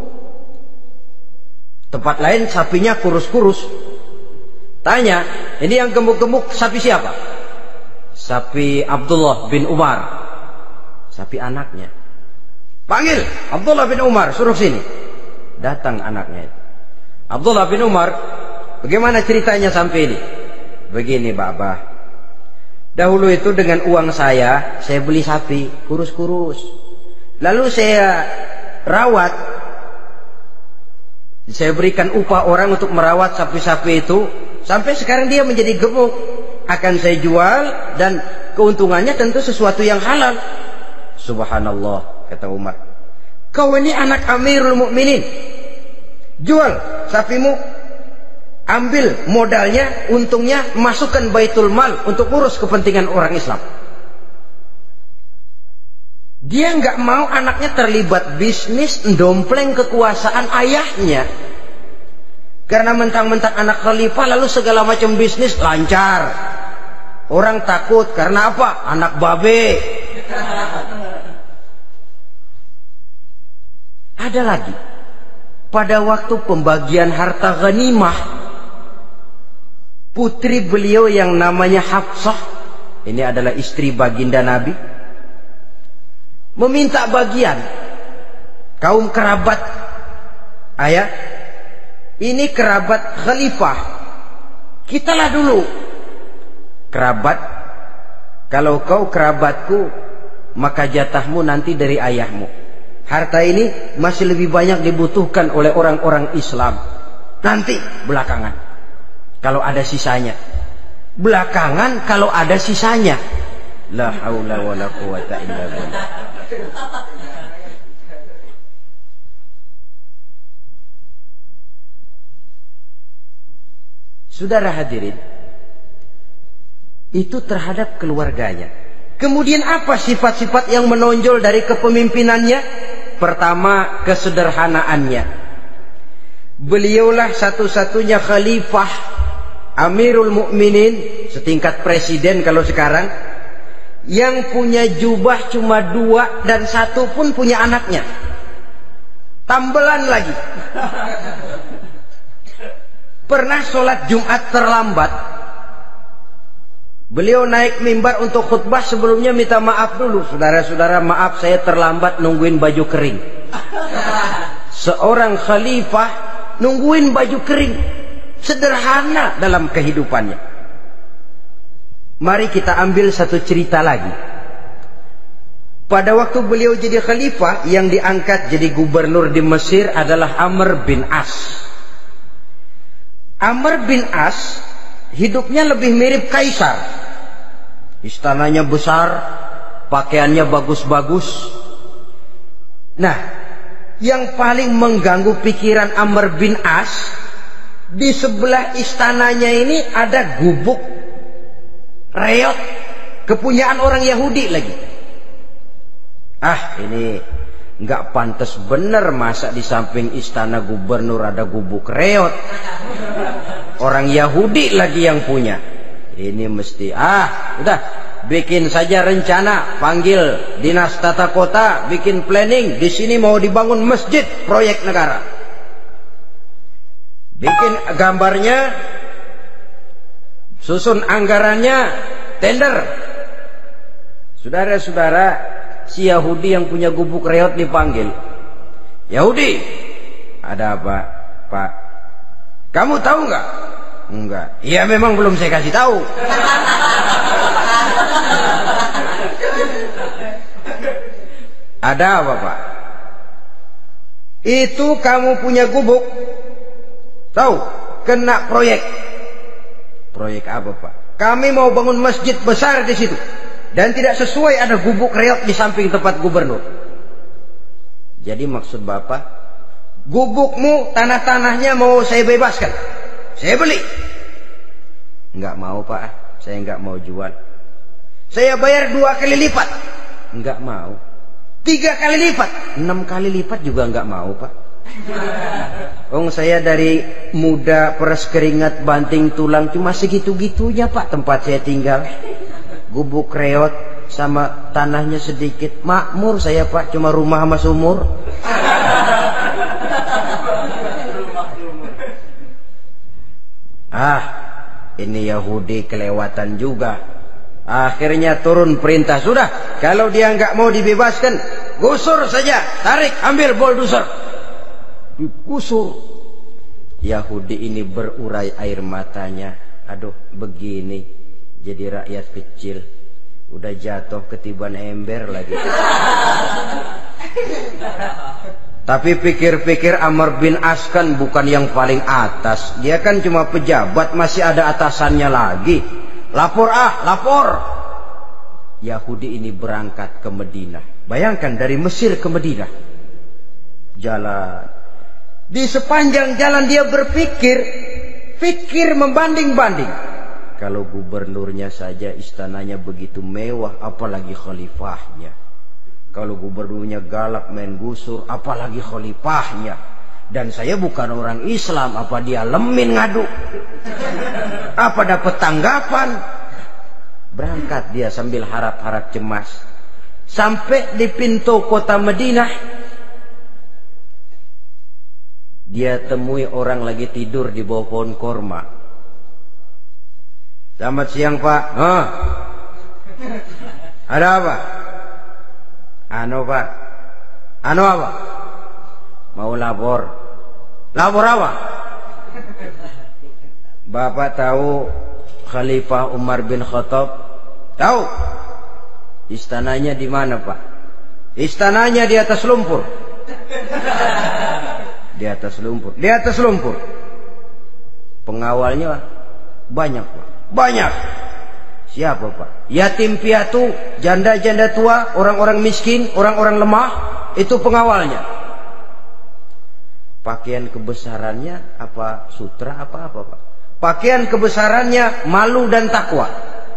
Tempat lain sapinya kurus-kurus. Tanya, ini yang gemuk-gemuk sapi siapa? Sapi Abdullah bin Umar. Sapi anaknya. Panggil Abdullah bin Umar, suruh sini. Datang anaknya itu. Abdullah bin Umar, bagaimana ceritanya sampai ini? Begini, Bapak. Dahulu itu dengan uang saya beli sapi kurus-kurus. Lalu saya rawat Saya berikan upah orang untuk merawat sapi-sapi itu. Sampai sekarang dia menjadi gemuk. Akan saya jual dan keuntungannya tentu sesuatu yang halal. Subhanallah, kata Umar. Kau ini anak Amirul Mukminin. Jual sapimu. Ambil modalnya, untungnya, masukkan Baitul Mal untuk urus kepentingan orang Islam. Dia nggak mau anaknya terlibat bisnis, dompleng kekuasaan ayahnya. Karena mentang-mentang anak khalifah lalu segala macam bisnis lancar. Orang takut karena apa? Anak babe. Ada lagi. Pada waktu pembagian harta ghanimah, putri beliau yang namanya Hafsah, ini adalah istri baginda Nabi, meminta bagian. Kaum kerabat ayah, ini kerabat khalifah, kitalah dulu kerabat. Kalau kau kerabatku, maka jatahmu nanti dari ayahmu. Harta ini masih lebih banyak dibutuhkan oleh orang-orang Islam. Nanti belakangan kalau ada sisanya. Belakangan kalau ada sisanya. La haula wala quwata illa billah. Saudara hadirin, itu terhadap keluarganya. Kemudian apa sifat-sifat yang menonjol dari kepemimpinannya? Pertama, kesederhanaannya. Beliaulah satu-satunya khalifah, Amirul Mukminin, setingkat presiden kalau sekarang, yang punya jubah cuma 2 dan 1 pun punya anaknya. Tambelan lagi. Pernah sholat Jumat terlambat. Beliau naik mimbar untuk khutbah, sebelumnya minta maaf dulu. Saudara-saudara, maaf saya terlambat nungguin baju kering. Seorang khalifah nungguin baju kering. Sederhana dalam kehidupannya. Mari kita ambil satu cerita lagi. Pada waktu beliau jadi khalifah, yang diangkat jadi gubernur di Mesir adalah Amr bin As. Amr bin As hidupnya lebih mirip kaisar. Istananya besar, pakaiannya bagus-bagus. Nah, yang paling mengganggu pikiran Amr bin As, di sebelah istananya ini ada gubuk reot, kepunyaan orang Yahudi lagi. Ah, ini nggak pantas bener, masa di samping istana gubernur ada gubuk reot. Orang Yahudi lagi yang punya. Ini mesti, udah, bikin saja rencana, panggil dinas tata kota, bikin planning. Di sini mau dibangun masjid, proyek negara. Bikin gambarnya, susun anggarannya, tender. Saudara-saudara, si Yahudi yang punya gubuk reot dipanggil. Yahudi, ada apa, Pak? Kamu tahu nggak? Enggak. Ya memang belum saya kasih tahu. Ada apa, Pak? Itu kamu punya gubuk. Tahu? Kena proyek. Proyek apa, Pak? Kami mau bangun masjid besar di situ. Dan tidak sesuai ada gubuk reot di samping tempat gubernur. Jadi maksud Bapak, gubukmu, tanah-tanahnya mau saya bebaskan. Saya beli. Enggak mau, Pak. Saya enggak mau jual. Saya bayar 2 kali lipat. Enggak mau. 3 kali lipat. 6 kali lipat juga enggak mau, Pak. Saya dari muda peres keringat banting tulang cuma segitu-gitunya, Pak, tempat saya tinggal. Gubuk reot sama tanahnya sedikit. Makmur saya, Pak, cuma rumah sama sumur. Ini Yahudi kelewatan juga. Akhirnya turun perintah, sudah, kalau dia nggak mau dibebaskan, gusur saja, tarik, ambil bulldozer, digusur. Yahudi ini berurai air matanya. Aduh, begini jadi rakyat kecil, udah jatuh ketiban ember lagi. Tapi pikir-pikir Amr bin As kan bukan yang paling atas. Dia kan cuma pejabat, masih ada atasannya lagi. Lapor lapor. Yahudi ini berangkat ke Madinah. Bayangkan dari Mesir ke Madinah. Jalan. Di sepanjang jalan dia berpikir. Fikir membanding-banding. Kalau gubernurnya saja istananya begitu mewah, apalagi khalifahnya. Kalau gubernurnya galak main gusur, apalagi khalifahnya. Dan saya bukan orang Islam, apa dia lemin ngadu? Apa dapat tanggapan? Berangkat dia sambil harap-harap cemas. Sampai di pintu kota Madinah, dia temui orang lagi tidur di bawah pohon korma. Selamat siang Pak. Ada apa? Pak. Apa? Mau lapor. Lapor apa? Bapak tahu Khalifah Umar bin Khattab? Tahu? Istananya di mana Pak? Istananya di atas lumpur. Di atas lumpur. Di atas lumpur. Pengawalnya banyak Pak. Banyak. Siapa Pak? Yatim piatu, janda-janda tua, orang-orang miskin, orang-orang lemah, itu pengawalnya. Pakaian kebesarannya apa sutra apa Pak? Pakaian kebesarannya malu dan takwa.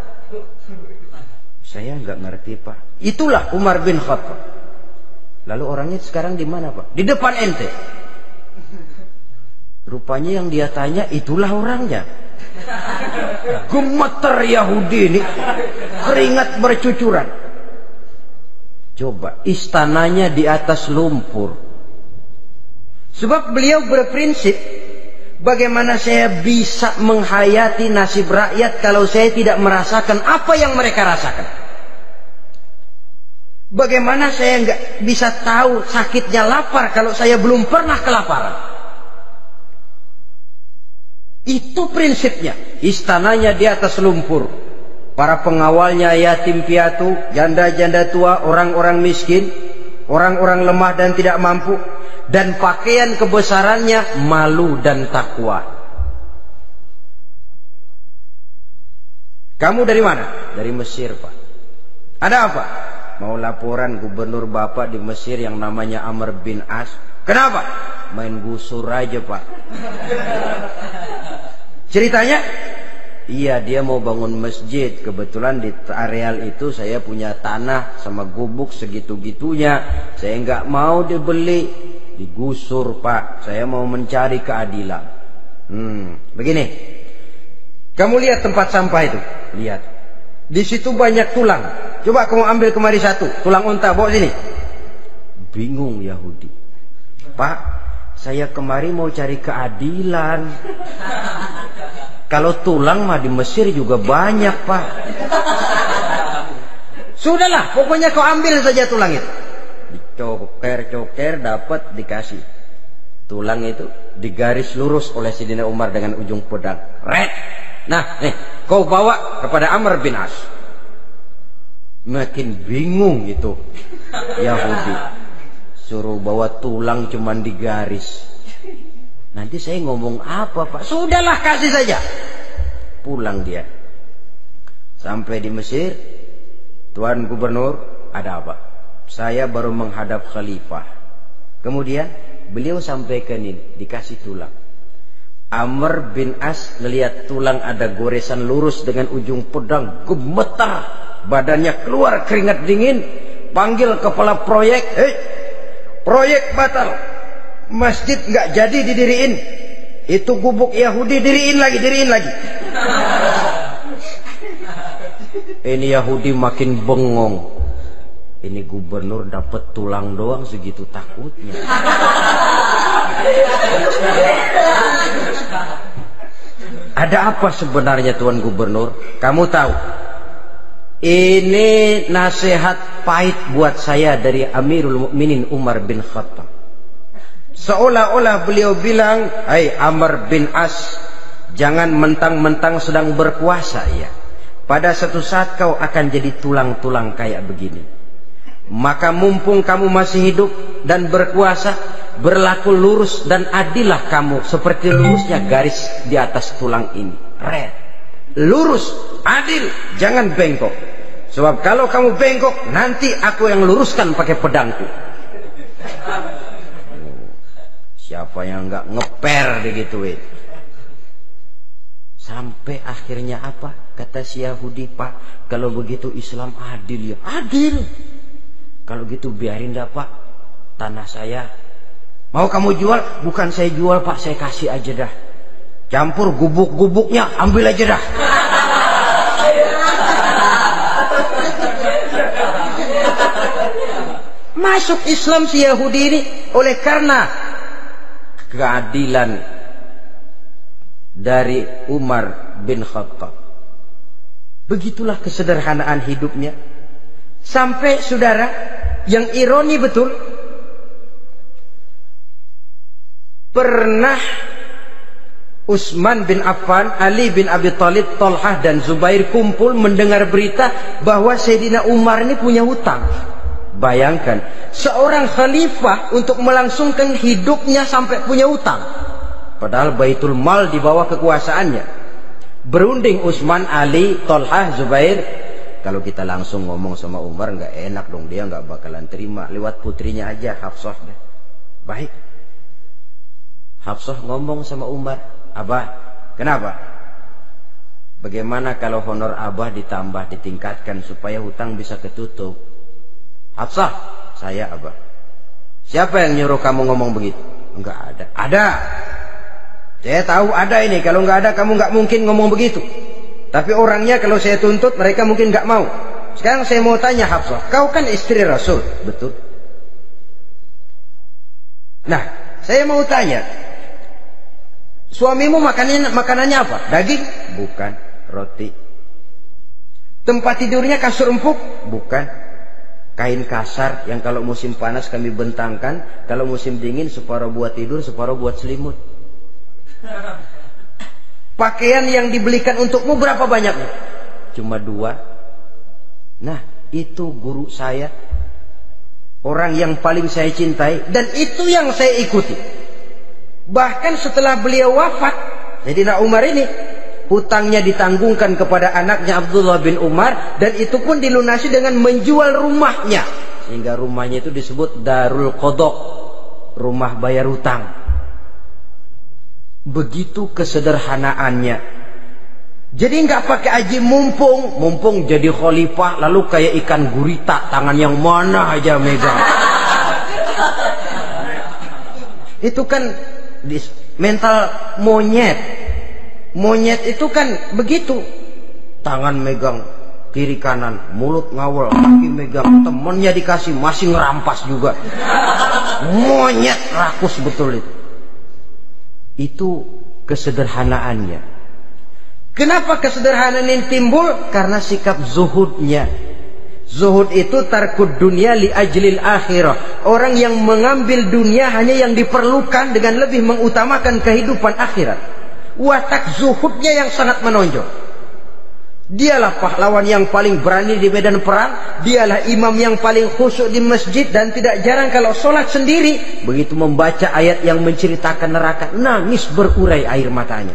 Saya nggak ngerti Pak. Itulah Umar bin Khattab. Lalu orangnya sekarang di mana Pak? Di depan ente. Rupanya yang dia tanya itulah orangnya. Gemeter Yahudi ini, keringat bercucuran. Coba, istananya di atas lumpur. Sebab beliau berprinsip, bagaimana saya bisa menghayati nasib rakyat kalau saya tidak merasakan apa yang mereka rasakan? Bagaimana saya nggak bisa tahu sakitnya lapar kalau saya belum pernah kelaparan? Itu prinsipnya. Istananya di atas lumpur. Para pengawalnya yatim piatu, janda-janda tua, orang-orang miskin, orang-orang lemah dan tidak mampu. Dan pakaian kebesarannya malu dan takwa. Kamu dari mana? Dari Mesir Pak. Ada apa? Mau laporan gubernur Bapak di Mesir yang namanya Amr bin As. Kenapa? Main gusur aja Pak. Ceritanya, iya dia mau bangun masjid. Kebetulan di areal itu saya punya tanah sama gubuk segitu-gitunya. Saya nggak mau dibeli, digusur Pak. Saya mau mencari keadilan. Begini, kamu lihat tempat sampah itu, lihat. Di situ banyak tulang. Coba kamu ambil kemari satu, tulang unta, bawa sini. Bingung Yahudi. Pak, saya kemari mau cari keadilan. Kalau tulang mah di Mesir juga banyak Pak. Sudahlah, pokoknya kau ambil saja tulang itu. Dicoker-coker dapat dikasih. Tulang itu digaris lurus oleh Sidina Umar dengan ujung pedang. Red. Nah, nih, kau bawa kepada Amr bin As. Makin bingung itu Yahudi. Suruh bawa tulang cuman digaris. Nanti saya ngomong apa Pak? Sudahlah, kasih saja. Pulang dia. Sampai di Mesir. Tuan Gubernur, ada apa? Saya baru menghadap Khalifah. Kemudian beliau sampaikan ini, dikasih tulang. Amr bin As melihat tulang ada goresan lurus dengan ujung pedang, gemetar. Badannya keluar keringat dingin. Panggil kepala proyek. Proyek batal. Masjid nggak jadi didiriin. Itu gubuk Yahudi diriin lagi. Ini Yahudi makin bengong. Ini gubernur dapat tulang doang segitu takutnya. Ada apa sebenarnya Tuan Gubernur? Kamu tahu? Ini nasihat pahit buat saya dari Amirul Mukminin Umar bin Khattab. Seolah-olah beliau bilang, "Hai Amr bin As, jangan mentang-mentang sedang berkuasa ya. Pada satu saat kau akan jadi tulang-tulang kayak begini. Maka mumpung kamu masih hidup dan berkuasa, berlaku lurus dan adillah kamu seperti lurusnya garis di atas tulang ini. Red. Lurus, adil, jangan bengkok. Sebab kalau kamu bengkok, nanti aku yang luruskan pakai pedangku. Siapa yang enggak ngeper digituin? Sampai akhirnya apa? Kata si Yahudi, Pak, kalau begitu Islam adil ya. Adil. Kalau gitu biarin dah Pak, tanah saya. Mau kamu jual? Bukan saya jual Pak, saya kasih aja dah. Campur gubuk-gubuknya, ambil aja dah. Masuk Islam si Yahudi ini oleh karena keadilan dari Umar bin Khattab. Begitulah kesederhanaan hidupnya. Sampai saudara, yang ironi betul, pernah Utsman bin Affan, Ali bin Abi Thalib, Thalhah dan Zubair kumpul mendengar berita bahwa Sayyidina Umar ini punya hutang. Bayangkan, seorang khalifah untuk melangsungkan hidupnya sampai punya hutang. Padahal Baitul Mal di bawah kekuasaannya. Berunding Utsman, Ali, Thalhah, Zubair. Kalau kita langsung ngomong sama Umar nggak enak dong, dia nggak bakalan terima. Lewat putrinya aja, Hafsah. Baik. Hafsah ngomong sama Umar, Abah, kenapa? Bagaimana kalau honor Abah ditambah, ditingkatkan supaya hutang bisa ketutup? Hafsah, saya Abah. Siapa yang nyuruh kamu ngomong begitu? Enggak ada. Ada. Saya tahu ada ini. Kalau enggak ada, kamu enggak mungkin ngomong begitu. Tapi orangnya kalau saya tuntut, mereka mungkin enggak mau. Sekarang saya mau tanya Hafsah, kau kan istri Rasul, betul? Nah, saya mau tanya, suamimu makanannya apa? Daging? Bukan. Roti. Tempat tidurnya kasur empuk? Bukan. Kain kasar yang kalau musim panas kami bentangkan, kalau musim dingin separuh buat tidur, separuh buat selimut. Pakaian yang dibelikan untukmu berapa banyaknya? Cuma 2. Nah, itu guru saya, orang yang paling saya cintai, dan itu yang saya ikuti. Bahkan setelah beliau wafat, Sayyidina Umar ini hutangnya ditanggungkan kepada anaknya Abdullah bin Umar, dan itu pun dilunasi dengan menjual rumahnya, sehingga rumahnya itu disebut Darul Qadha, rumah bayar hutang. Begitu kesederhanaannya. Jadi nggak pakai aji mumpung jadi khalifah lalu kayak ikan gurita, tangan yang mana aja megang. Itu kan mental monyet. Monyet itu kan begitu, tangan megang kiri kanan, mulut ngawal, kaki megang, temennya dikasih masih ngerampas juga. Monyet rakus betul itu. Itu kesederhanaannya. Kenapa kesederhanaan ini timbul? Karena sikap zuhudnya. Zuhud itu tarkud dunia li ajlil akhirah. Orang yang mengambil dunia hanya yang diperlukan dengan lebih mengutamakan kehidupan akhirat. Watak zuhudnya yang sangat menonjol. Dialah pahlawan yang paling berani di medan perang. Dialah imam yang paling khusyuk di masjid. Dan tidak jarang kalau sholat sendiri, begitu membaca ayat yang menceritakan neraka, nangis berurai air matanya.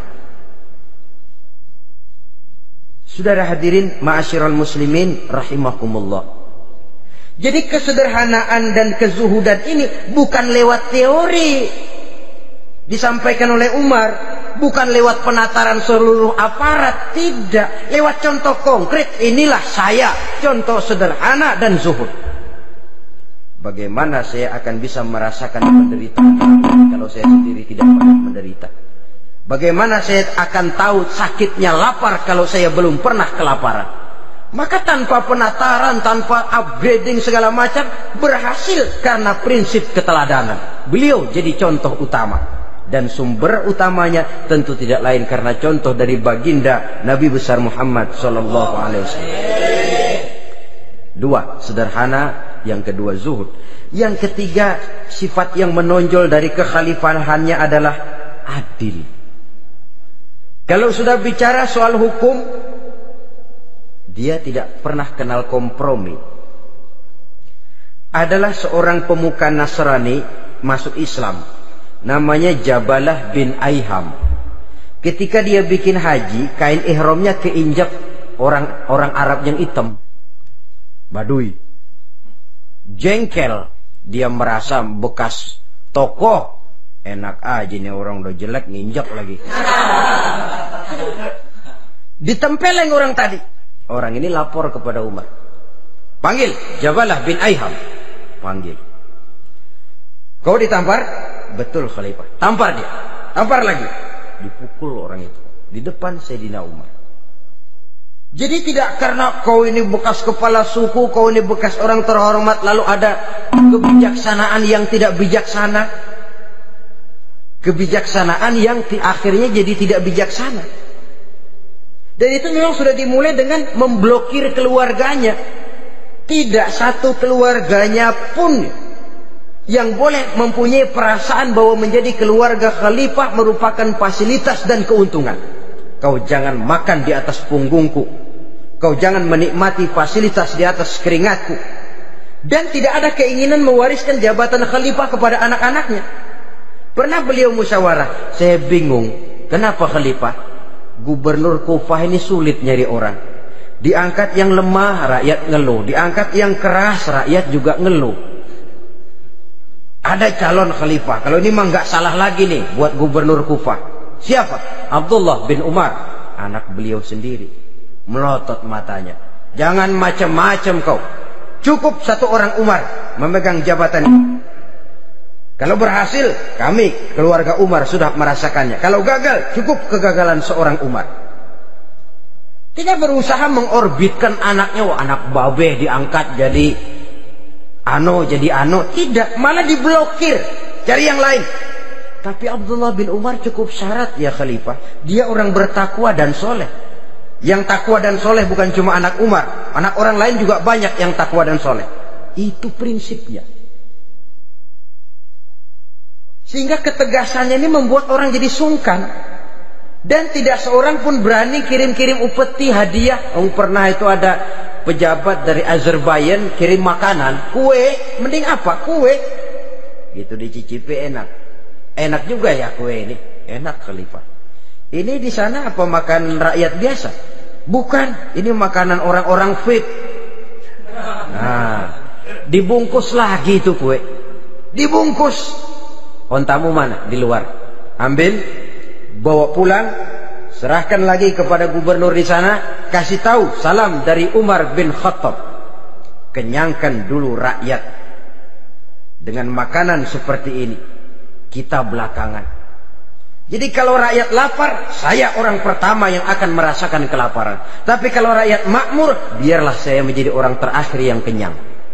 Saudara hadirin ma'asyiral muslimin rahimakumullah. Jadi kesederhanaan dan kezuhudan ini bukan lewat teori disampaikan oleh Umar, bukan lewat penataran seluruh aparat, tidak, lewat contoh konkret. Inilah saya, contoh sederhana dan zuhud. Bagaimana saya akan bisa merasakan penderitaan kalau saya sendiri tidak pernah menderita? Bagaimana saya akan tahu sakitnya lapar kalau saya belum pernah kelaparan? Maka tanpa penataran, tanpa upgrading segala macam, berhasil karena prinsip keteladanan. Beliau jadi contoh utama. Dan sumber utamanya tentu tidak lain karena contoh dari baginda Nabi besar Muhammad sallallahu alaihi wasallam. 2, sederhana. Yang kedua, zuhud. Yang ketiga, sifat yang menonjol dari kekhalifahannya adalah adil. Kalau sudah bicara soal hukum, dia tidak pernah kenal kompromi. adalah seorang pemuka Nasrani masuk Islam. Namanya Jabalah bin Aiham. Ketika dia bikin haji, kain ihramnya keinjak orang Arab yang hitam. Badui. Jengkel. Dia merasa bekas tokoh. Enak aja nih orang udah jelek nginjak lagi. Ditempeleng orang tadi. Orang ini lapor kepada Umar. Panggil Jabalah bin Aiham. Panggil. Kau ditampar? Betul Khalifah. Tampar dia. Tampar lagi. Dipukul orang itu. Di depan Sayyidina Umar. Jadi tidak karena kau ini bekas kepala suku, kau ini bekas orang terhormat, lalu ada kebijaksanaan yang tidak bijaksana. Kebijaksanaan yang akhirnya jadi tidak bijaksana. Dan itu memang sudah dimulai dengan memblokir keluarganya. Tidak satu keluarganya pun yang boleh mempunyai perasaan bahwa menjadi keluarga khalifah merupakan fasilitas dan keuntungan. Kau jangan makan di atas punggungku. Kau jangan menikmati fasilitas di atas keringatku. Dan tidak ada keinginan mewariskan jabatan khalifah kepada anak-anaknya. Pernah beliau musyawarah. Saya bingung. Kenapa khalifah? Gubernur Kufah ini sulit nyari orang. Diangkat yang lemah, rakyat ngeluh. Diangkat yang keras, rakyat juga ngeluh. Ada calon khalifah. Kalau ini mah nggak salah lagi nih buat gubernur Kufah. Siapa? Abdullah bin Umar. Anak beliau sendiri. Melotot matanya. Jangan macam-macam kau. Cukup satu orang Umar memegang jabatan ini. Kalau berhasil, kami keluarga Umar sudah merasakannya. Kalau gagal, cukup kegagalan seorang Umar. Tidak berusaha mengorbitkan anaknya. Wah, anak babe diangkat jadi jadi ano. Tidak, malah diblokir. Cari yang lain. Tapi Abdullah bin Umar cukup syarat ya khalifah. Dia orang bertakwa dan soleh. Yang takwa dan soleh bukan cuma anak Umar. Anak orang lain juga banyak yang takwa dan soleh. Itu prinsipnya. Sehingga ketegasannya ini membuat orang jadi sungkan. Dan tidak seorang pun berani kirim-kirim upeti hadiah. Pernah itu ada pejabat dari Azerbaijan kirim makanan. Kue, mending apa? Kue. Gitu dicicipi enak. Enak juga ya kue ini. Enak khalifah. Ini di sana apa makan rakyat biasa? Bukan, ini makanan orang-orang fit. Nah, dibungkus lagi itu kue. Dibungkus. Ontamu mana? Di luar. Ambil, bawa pulang, serahkan lagi kepada gubernur di sana, kasih tahu salam dari Umar bin Khattab. Kenyangkan dulu rakyat dengan makanan seperti ini. Kita belakangan. Jadi kalau rakyat lapar, saya orang pertama yang akan merasakan kelaparan. Tapi kalau rakyat makmur, biarlah saya menjadi orang terakhir yang kenyang.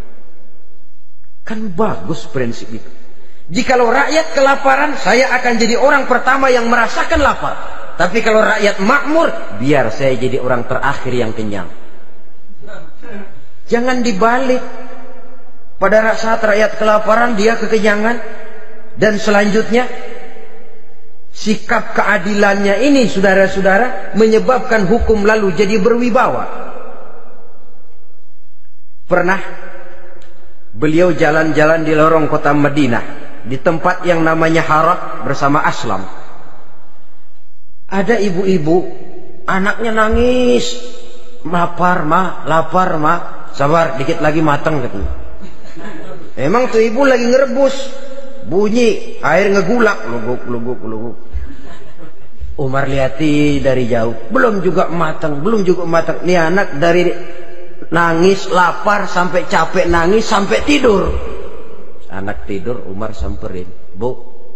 Kan bagus prinsip itu. Jikalau rakyat kelaparan, saya akan jadi orang pertama yang merasakan lapar. Tapi kalau rakyat makmur, biar saya jadi orang terakhir yang kenyang. Jangan dibalik. Pada saat rakyat kelaparan, dia kekenyangan. Dan selanjutnya, sikap keadilannya ini saudara-saudara menyebabkan hukum lalu jadi berwibawa. Pernah beliau jalan-jalan di lorong kota Madinah di tempat yang namanya Harah bersama Aslam. Ada ibu-ibu anaknya nangis, lapar ma, sabar dikit lagi matang gitu. Emang tuh ibu lagi ngerebus, bunyi air ngegulak, luguk. Umar lihati dari jauh, belum juga matang. Nih anak dari nangis, lapar, sampai capek nangis, sampai tidur. Anak tidur, Umar samperin, Bu,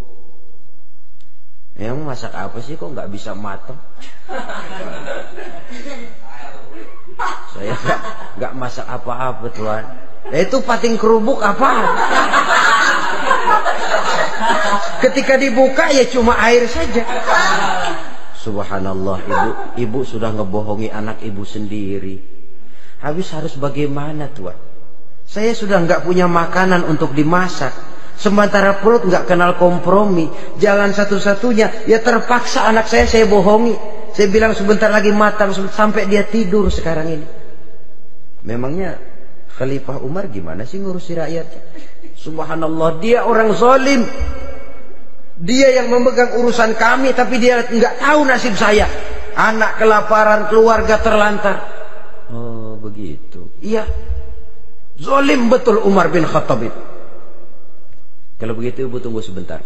yang masak apa sih kok nggak bisa matang? Saya nggak masak apa-apa Tuhan. Itu pating kerubuk apa? Ketika dibuka ya cuma air saja. Subhanallah, ibu sudah ngebohongi anak ibu sendiri. Habis harus bagaimana Tuhan? Saya sudah nggak punya makanan untuk dimasak. Sementara perut nggak kenal kompromi. Jalan satu-satunya ya terpaksa anak saya bohongi. Saya bilang sebentar lagi matang sampai dia tidur sekarang ini. Memangnya Khalifah Umar gimana sih ngurusi rakyatnya? Subhanallah, dia orang zalim. Dia yang memegang urusan kami, tapi dia nggak tahu nasib saya. Anak kelaparan, keluarga terlantar. Oh begitu. Iya, zalim betul Umar bin Khattab itu. Kalau begitu ibu tunggu sebentar.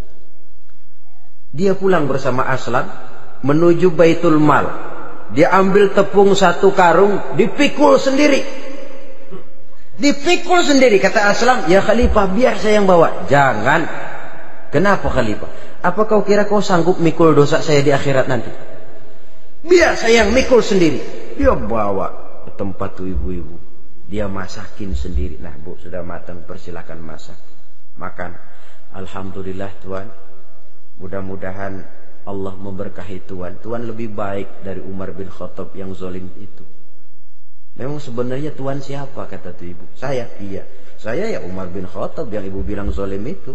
Dia pulang bersama Aslam menuju Baitul Mal. Dia ambil tepung 1 karung, dipikul sendiri. Dipikul sendiri. Kata Aslam, ya Khalifah biar saya yang bawa. Jangan. Kenapa Khalifah? Apa kau kira kau sanggup mikul dosa saya di akhirat nanti? Biar saya yang mikul sendiri. Dia bawa ke tempat tuh ibu-ibu. Dia masakin sendiri. Nah bu, sudah matang, persilakan masak. Makan. Alhamdulillah Tuhan. Mudah-mudahan Allah memberkahi Tuhan. Tuhan lebih baik dari Umar bin Khattab yang zalim itu. Memang sebenarnya Tuhan siapa, kata tuh ibu? Saya. Iya, saya ya Umar bin Khattab yang ibu bilang zalim itu.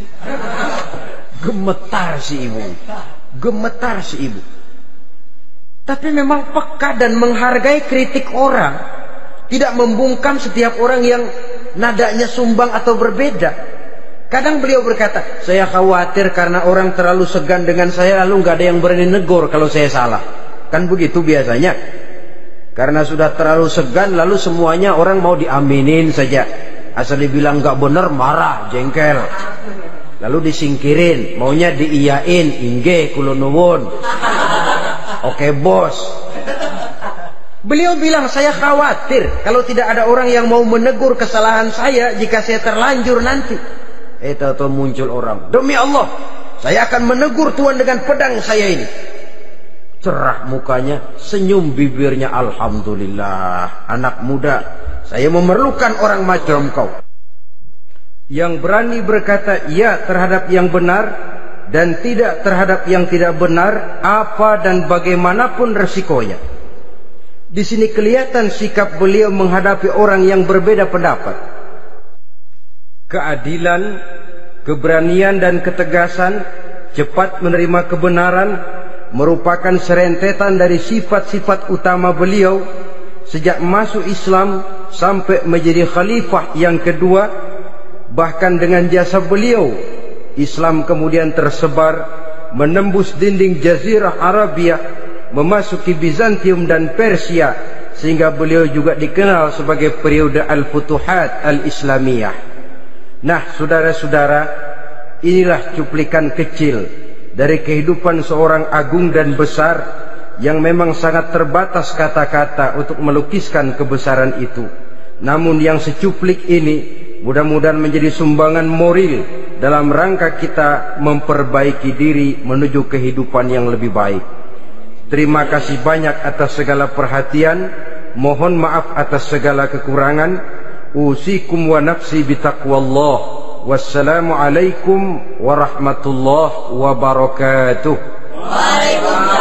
Gemetar si ibu. Gemetar si ibu. Tapi memang peka dan menghargai kritik orang. Tidak membungkam setiap orang yang nadanya sumbang atau berbeda. Kadang beliau berkata, saya khawatir karena orang terlalu segan dengan saya, lalu nggak ada yang berani negur kalau saya salah. Kan begitu biasanya. Karena sudah terlalu segan, lalu semuanya orang mau diaminin saja. Asal dibilang nggak benar, marah, jengkel. Lalu disingkirin, maunya diiyain, inggih kula nuwun. Oke bos. Beliau bilang, saya khawatir kalau tidak ada orang yang mau menegur kesalahan saya jika saya terlanjur nanti. Tahu-tahu muncul orang, demi Allah, saya akan menegur Tuhan dengan pedang saya ini. Cerah mukanya, senyum bibirnya, alhamdulillah. Anak muda, saya memerlukan orang macam kau, yang berani berkata ya terhadap yang benar dan tidak terhadap yang tidak benar, apa dan bagaimanapun resikonya. Di sini kelihatan sikap beliau menghadapi orang yang berbeda pendapat. Keadilan, keberanian dan ketegasan, cepat menerima kebenaran merupakan serentetan dari sifat-sifat utama beliau sejak masuk Islam sampai menjadi khalifah yang kedua. Bahkan dengan jasa beliau, Islam kemudian tersebar menembus dinding Jazirah Arabia, memasuki Bizantium dan Persia, sehingga beliau juga dikenal sebagai periode Al-Futuhat Al-Islamiyah. Nah saudara-saudara, inilah cuplikan kecil dari kehidupan seorang agung dan besar yang memang sangat terbatas kata-kata untuk melukiskan kebesaran itu. Namun yang secuplik ini mudah-mudahan menjadi sumbangan moral dalam rangka kita memperbaiki diri menuju kehidupan yang lebih baik. Terima kasih banyak atas segala perhatian. Mohon maaf atas segala kekurangan. Usikum wa nafsi bitaqwallah. Wassalamualaikum warahmatullahi wabarakatuh. Waalaikumsalam.